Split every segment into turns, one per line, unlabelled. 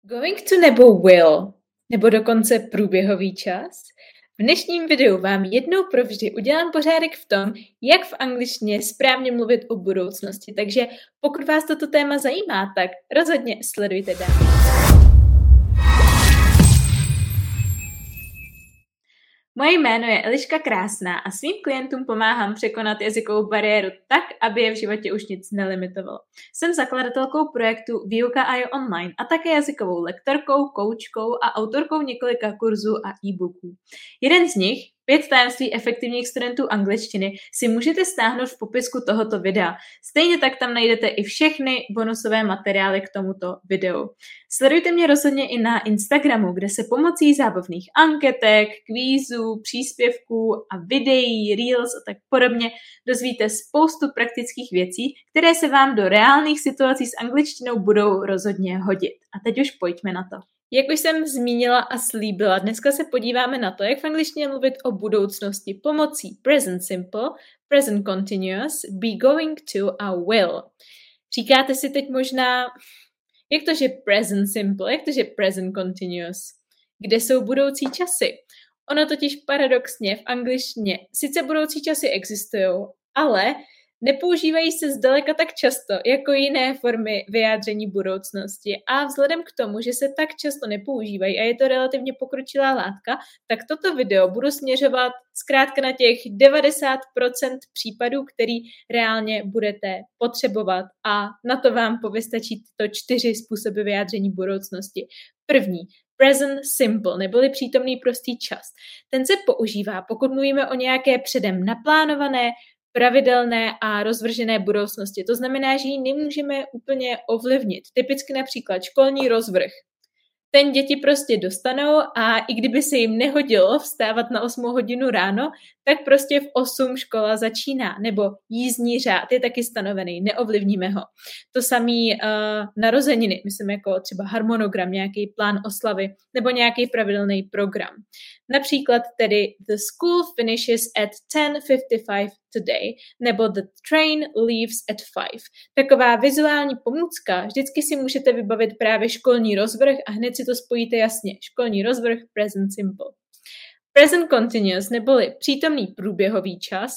Going to nebo will, nebo dokonce průběhový čas? V dnešním videu vám jednou provždy udělám pořádek v tom, jak v angličtině správně mluvit o budoucnosti, takže pokud vás toto téma zajímá, tak rozhodně sledujte dál. Moje jméno je Eliška Krásná a svým klientům pomáhám překonat jazykovou bariéru tak, aby je v životě už nic nelimitovalo. Jsem zakladatelkou projektu Výuka a je online a také jazykovou lektorkou, koučkou a autorkou několika kurzů a e-booků. Jeden z nich, 5 tajemství efektivních studentů angličtiny, si můžete stáhnout v popisku tohoto videa. Stejně tak tam najdete i všechny bonusové materiály k tomuto videu. Sledujte mě rozhodně i na Instagramu, kde se pomocí zábavných anketek, kvízů, příspěvků a videí, reels a tak podobně dozvíte spoustu praktických věcí, které se vám do reálných situací s angličtinou budou rozhodně hodit. A teď už pojďme na to. Jak už jsem zmínila a slíbila, dneska se podíváme na to, jak v angličtině mluvit o budoucnosti pomocí present simple, present continuous, be going to a will. Říkáte si teď možná, jak to, že present simple, jak to, že present continuous? Kde jsou budoucí časy? Ono totiž paradoxně v angličtině sice budoucí časy existují, ale nepoužívají se zdaleka tak často jako jiné formy vyjádření budoucnosti a vzhledem k tomu, že se tak často nepoužívají a je to relativně pokročilá látka, tak toto video budu směřovat zkrátka na těch 90% případů, který reálně budete potřebovat a na to vám povystačí tyto 4 způsoby vyjádření budoucnosti. První, present simple, neboli přítomný prostý čas. Ten se používá, pokud mluvíme o nějaké předem naplánované, pravidelné a rozvržené budoucnosti. To znamená, že ji nemůžeme úplně ovlivnit. Typicky například školní rozvrh. Ten děti prostě dostanou a i kdyby se jim nehodilo vstávat na 8 hodinu ráno, tak prostě v 8 škola začíná. Nebo jízdní řád je taky stanovený, neovlivníme ho. To samý narozeniny, myslím jako třeba harmonogram, nějaký plán oslavy nebo nějaký pravidelný program. Například tedy the school finishes at 10:55 today, nebo the train leaves at 5. Taková vizuální pomůcka, vždycky si můžete vybavit právě školní rozvrh a hned si to spojíte jasně. Školní rozvrh, present simple. Present continuous, neboli přítomný průběhový čas,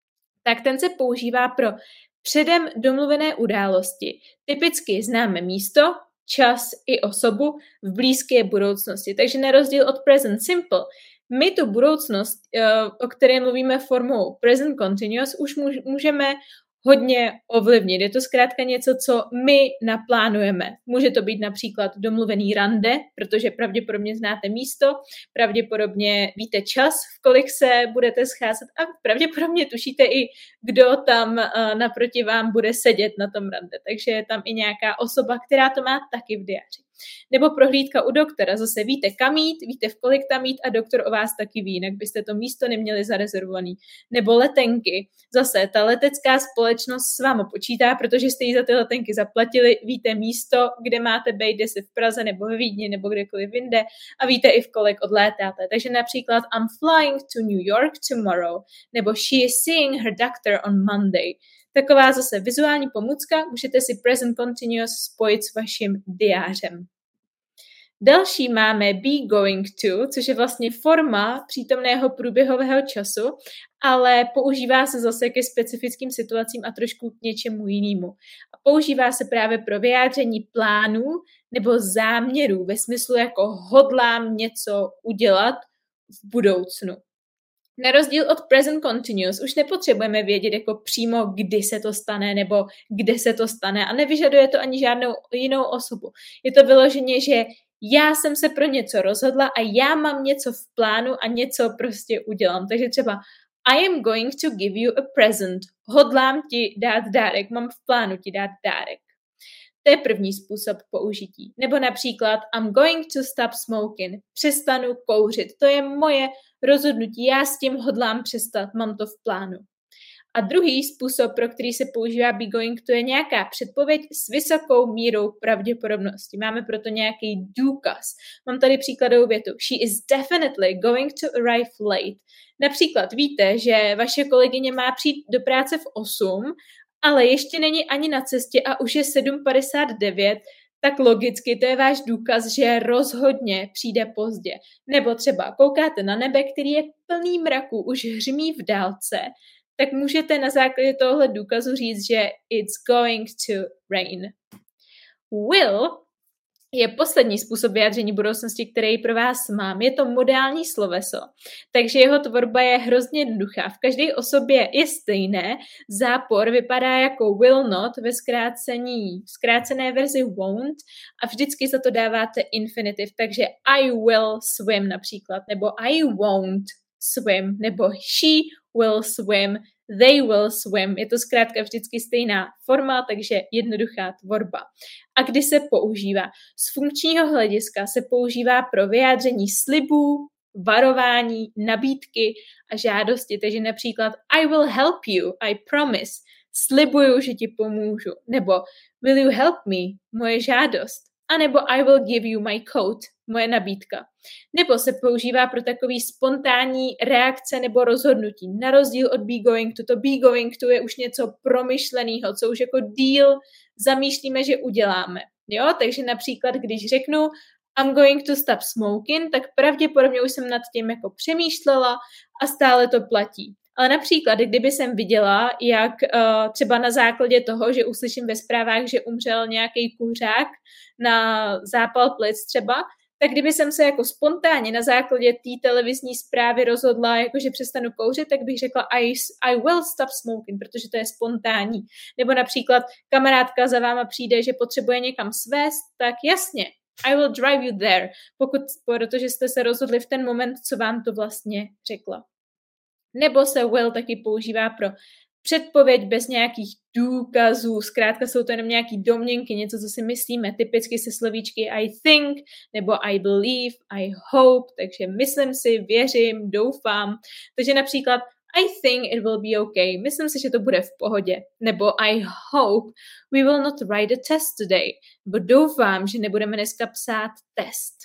tak ten se používá pro předem domluvené události. Typicky známe místo, čas i osobu v blízké budoucnosti. Takže na rozdíl od present simple, my tu budoucnost, o které mluvíme formou present continuous, už můžeme hodně ovlivnit. Je to zkrátka něco, co my naplánujeme. Může to být například domluvený rande, protože pravděpodobně znáte místo, pravděpodobně víte čas, v kolik se budete scházet a pravděpodobně tušíte i, kdo tam naproti vám bude sedět na tom rande. Takže je tam i nějaká osoba, která to má taky v diáři. Nebo prohlídka u doktora. Zase víte, kam jít, víte, v kolik tam jít a doktor o vás taky ví, jinak byste to místo neměli zarezervovaný. Nebo letenky. Zase ta letecká společnost s vámi počítá, protože jste jí za ty letenky zaplatili, víte místo, kde máte být, jestli v Praze nebo ve Vídni nebo kdekoliv jinde a víte i v kolik odlétáte. Takže například I'm flying to New York tomorrow nebo she is seeing her doctor on Monday. Taková zase vizuální pomůcka, můžete si present continuous spojit s vaším diářem. Další máme be going to, což je vlastně forma přítomného průběhového času, ale používá se zase ke specifickým situacím a trošku k něčemu jinému. A používá se právě pro vyjádření plánů nebo záměrů ve smyslu jako hodlám něco udělat v budoucnu. Na rozdíl od present continuous už nepotřebujeme vědět jako přímo, kdy se to stane nebo kde se to stane a nevyžaduje to ani žádnou jinou osobu. Je to vyloženě, že já jsem se pro něco rozhodla a já mám něco v plánu a něco prostě udělám. Takže třeba I am going to give you a present. Hodlám ti dát dárek, mám v plánu ti dát dárek. To je první způsob použití. Nebo například I'm going to stop smoking. Přestanu kouřit. To je moje rozhodnutí. Já s tím hodlám přestat. Mám to v plánu. A druhý způsob, pro který se používá be going to, je nějaká předpověď s vysokou mírou pravděpodobnosti. Máme proto nějaký důkaz. Mám tady příkladovou větu. She is definitely going to arrive late. Například víte, že vaše kolegyně má přijít do práce v 8, ale ještě není ani na cestě a už je 7:59, tak logicky to je váš důkaz, že rozhodně přijde pozdě. Nebo třeba koukáte na nebe, který je plný mraku, už hřmí v dálce, tak můžete na základě tohle důkazu říct, že it's going to rain. Will je poslední způsob vyjádření budoucnosti, který pro vás mám. Je to modální sloveso, takže jeho tvorba je hrozně jednoduchá. V každé osobě je stejné. Zápor vypadá jako will not ve zkrácené verzi won't a vždycky za to dáváte infinitiv, takže I will swim například, nebo I won't swim, nebo she will swim, they will swim. Je to zkrátka vždycky stejná forma, takže jednoduchá tvorba. A kdy se používá? Z funkčního hlediska se používá pro vyjádření slibů, varování, nabídky a žádosti. Takže například I will help you, I promise. Slibuju, že ti pomůžu. Nebo will you help me? Moje žádost. A nebo I will give you my coat, moje nabídka. Nebo se používá pro takový spontánní reakce nebo rozhodnutí. Na rozdíl od be going to, to be going to je už něco promyšleného, co už jako deal zamýšlíme, že uděláme. Jo? Takže například, když řeknu I'm going to stop smoking, tak pravděpodobně už jsem nad tím jako přemýšlela a stále to platí. Ale například, kdyby jsem viděla, jak třeba na základě toho, že uslyším ve zprávách, že umřel nějaký kuřák na zápal plic třeba, tak kdyby jsem se jako spontánně na základě té televizní zprávy rozhodla, jako že přestanu kouřit, tak bych řekla I will stop smoking, protože to je spontánní. Nebo například kamarádka za váma přijde, že potřebuje někam svést, tak jasně, I will drive you there, protože jste se rozhodli v ten moment, co vám to vlastně řekla. Nebo se will taky používá pro předpověď bez nějakých důkazů, zkrátka jsou to jenom nějaký domněnky, něco, co si myslíme, typicky se slovíčky I think, nebo I believe, I hope, takže myslím si, věřím, doufám. Takže například I think it will be okay, myslím si, že to bude v pohodě. Nebo I hope we will not write a test today, nebo doufám, že nebudeme dneska psát test.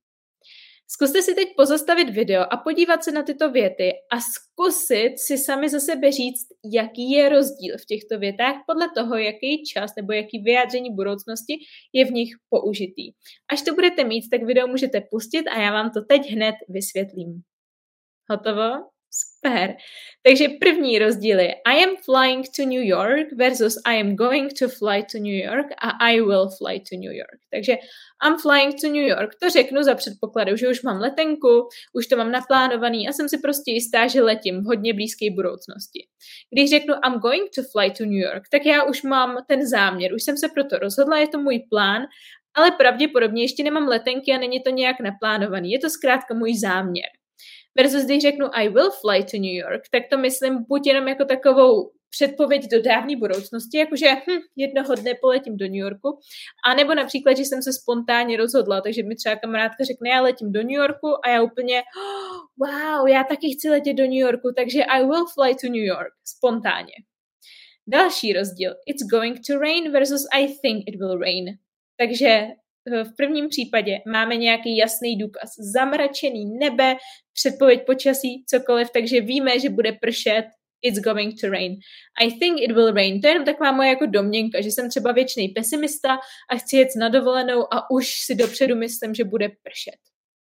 Zkuste si teď pozastavit video a podívat se na tyto věty a zkusit si sami za sebe říct, jaký je rozdíl v těchto větách podle toho, jaký čas nebo jaký vyjádření budoucnosti je v nich použitý. Až to budete mít, tak video můžete pustit a já vám to teď hned vysvětlím. Hotovo? Super. Takže první rozdíl je I am flying to New York versus I am going to fly to New York a I will fly to New York. Takže I'm flying to New York, to řeknu za předpokladu, že už mám letenku, už to mám naplánovaný a jsem si prostě jistá, že letím v hodně blízké budoucnosti. Když řeknu I'm going to fly to New York, tak já už mám ten záměr, už jsem se proto rozhodla, je to můj plán, ale pravděpodobně ještě nemám letenky a není to nějak naplánovaný, je to zkrátka můj záměr. Versus když řeknu I will fly to New York, tak to myslím buď jenom jako takovou předpověď do dávné budoucnosti, jakože jednoho dne poletím do New Yorku, anebo například, že jsem se spontánně rozhodla, takže mi třeba kamarádka řekne, já letím do New Yorku a já úplně wow, já taky chci letět do New Yorku, takže I will fly to New York, spontánně. Další rozdíl, it's going to rain versus I think it will rain. Takže v prvním případě máme nějaký jasný důkaz. Zamračený nebe, předpověď počasí, cokoliv, takže víme, že bude pršet, it's going to rain. I think it will rain. To je jenom taková moje jako domněnka, že jsem třeba věčný pesimista a chci jet na dovolenou a už si dopředu myslím, že bude pršet.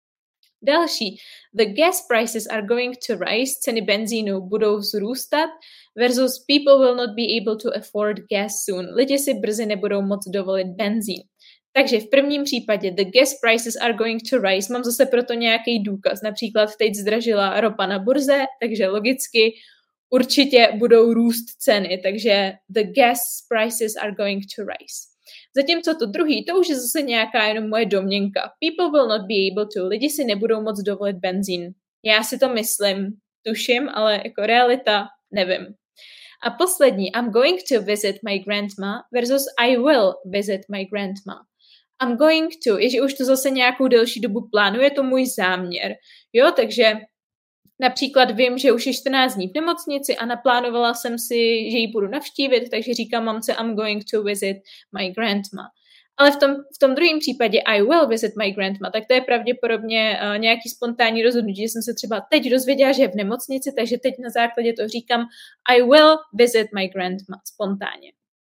Další. The gas prices are going to rise. Ceny benzínu budou vzrůstat versus people will not be able to afford gas soon. Lidi si brzy nebudou moct dovolit benzín. Takže v prvním případě the gas prices are going to rise. Mám zase proto nějaký důkaz. Například teď zdražila ropa na burze, takže logicky určitě budou růst ceny. Takže the gas prices are going to rise. Zatímco to druhý, to už je zase nějaká jenom moje domněnka. People will not be able to. Lidi si nebudou moc dovolit benzín. Já si to myslím, tuším, ale jako realita nevím. A poslední, I'm going to visit my grandma versus I will visit my grandma. I'm going to, je, že už to zase nějakou delší dobu plánuji, je to můj záměr. Jo, takže například vím, že už je 14 dní v nemocnici a naplánovala jsem si, že ji budu navštívit, takže říkám mamce I'm going to visit my grandma. Ale v tom druhém případě I will visit my grandma, tak to je pravděpodobně nějaký spontánní rozhodnutí, že jsem se třeba teď dozvěděla, že je v nemocnici, takže teď na základě toho říkám I will visit my grandma spontánně.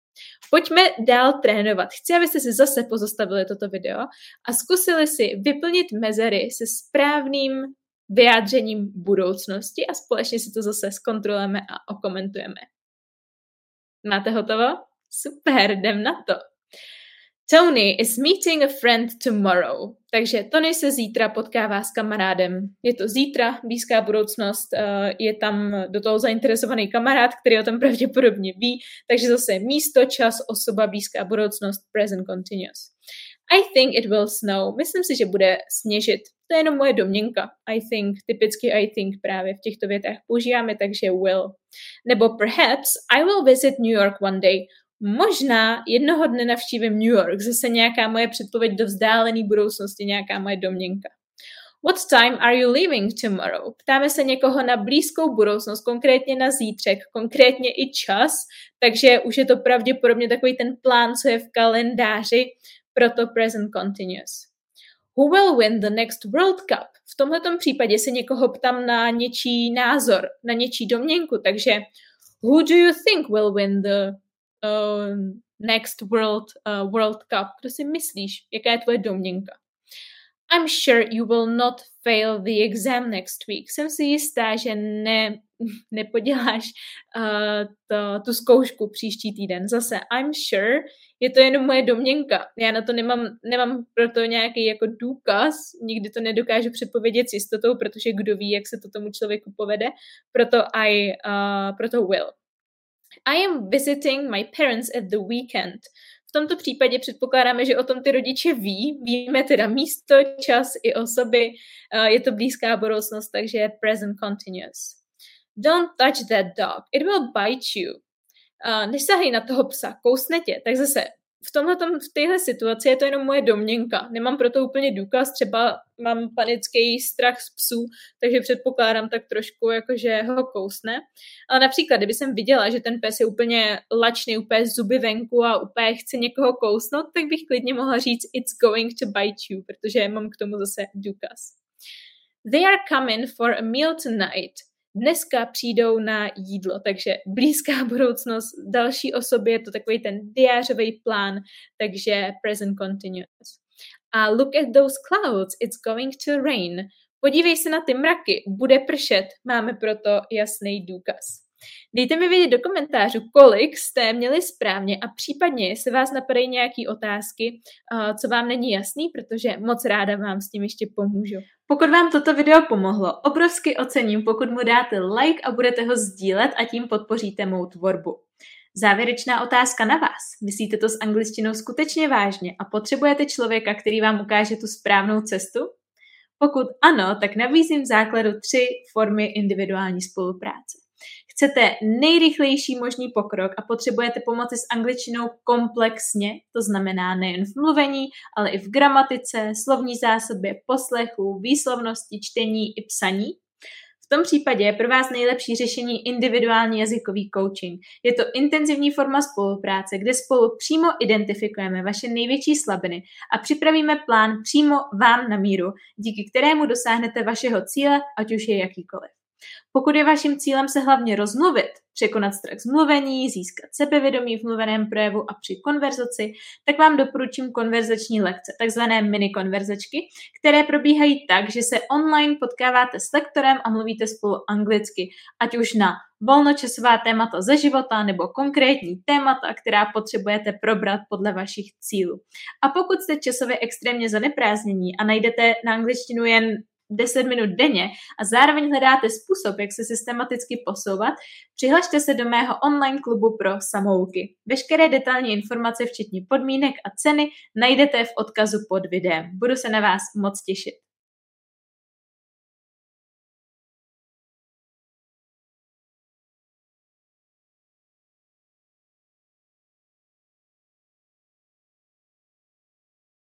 Pojďme dál trénovat. Chci, abyste si zase pozastavili toto video a zkusili si vyplnit mezery se správným vyjádřením budoucnosti a společně si to zase zkontrolujeme a okomentujeme. Máte hotovo? Super, jdem na to. Tony is meeting a friend tomorrow. Takže Tony se zítra potkává s kamarádem. Je to zítra, blízká budoucnost, je tam do toho zainteresovaný kamarád, který o tom pravděpodobně ví, takže zase místo, čas, osoba, blízká budoucnost, present continuous. I think it will snow. Myslím si, že bude sněžit. To je jenom moje domněnka. I think, typicky I think právě v těchto větách používáme, takže will. Nebo perhaps I will visit New York one day. Možná jednoho dne navštívím New York, zase nějaká moje předpověď do vzdálené budoucnosti, nějaká moje domněnka. What time are you leaving tomorrow? Ptáme se někoho na blízkou budoucnost, konkrétně na zítřek, konkrétně i čas, takže už je to pravděpodobně takový ten plán, co je v kalendáři, proto present continuous. Who will win the next World Cup? V tomhletom případě se někoho ptám na něčí názor, na něčí domněnku, takže who do you think will win the next World Cup? Kdo si myslíš? Jaká je tvoje domněnka? I'm sure you will not fail the exam next week. Jsem si jistá, že nepoděláš tu zkoušku příští týden. Zase I'm sure, je to jenom moje domněnka. Já na to nemám proto nějaký jako důkaz, nikdy to nedokážu předpovědět s jistotou, protože kdo ví, jak se to tomu člověku povede, proto will. I am visiting my parents at the weekend. V tomto případě předpokládáme, že o tom ty rodiče víme teda místo, čas i osoby, je to blízká budoucnost, takže je present continuous. Don't touch that dog, it will bite you. Nesahej na toho psa, kousne tě. Tak zase v téhle situaci je to jenom moje domněnka. Nemám proto úplně důkaz, třeba mám panický strach z psů, takže předpokládám tak trošku, jakože ho kousne. Ale například, kdyby jsem viděla, že ten pes je úplně lačný, úplně zuby venku a úplně chce někoho kousnout, tak bych klidně mohla říct it's going to bite you, protože mám k tomu zase důkaz. They are coming for a meal tonight. Dneska přijdou na jídlo, takže blízká budoucnost, další osobě je to takový ten diářový plán, takže present continuous. A look at those clouds, it's going to rain. Podívej se na ty mraky, bude pršet, máme proto jasný důkaz. Dejte mi vědět do komentářů, kolik jste měli správně a případně, jestli vás napadají nějaké otázky, co vám není jasný, protože moc ráda vám s tím ještě pomůžu. Pokud vám toto video pomohlo, obrovsky ocením, pokud mu dáte like a budete ho sdílet a tím podpoříte mou tvorbu. Závěrečná otázka na vás. Myslíte to s angličtinou skutečně vážně a potřebujete člověka, který vám ukáže tu správnou cestu? Pokud ano, tak nabízím v základu 3 formy individuální spolupráce. Chcete nejrychlejší možný pokrok a potřebujete pomoci s angličtinou komplexně, to znamená nejen v mluvení, ale i v gramatice, slovní zásobě, poslechu, výslovnosti, čtení i psaní? V tom případě je pro vás nejlepší řešení individuální jazykový coaching. Je to intenzivní forma spolupráce, kde spolu přímo identifikujeme vaše největší slabiny a připravíme plán přímo vám na míru, díky kterému dosáhnete vašeho cíle, ať už je jakýkoliv. Pokud je vaším cílem se hlavně rozmluvit, překonat strach z mluvení, získat sebevědomí v mluveném projevu a při konverzaci, tak vám doporučím konverzační lekce, takzvané mini konverzačky, které probíhají tak, že se online potkáváte s lektorem a mluvíte spolu anglicky, ať už na volnočasová témata ze života nebo konkrétní témata, která potřebujete probrat podle vašich cílů. A pokud jste časově extrémně zaneprázdnění a najdete na angličtinu jen 10 minut denně a zároveň hledáte způsob, jak se systematicky posouvat, přihlašte se do mého online klubu pro samouky. Veškeré detailní informace, včetně podmínek a ceny, najdete v odkazu pod videem. Budu se na vás moc těšit.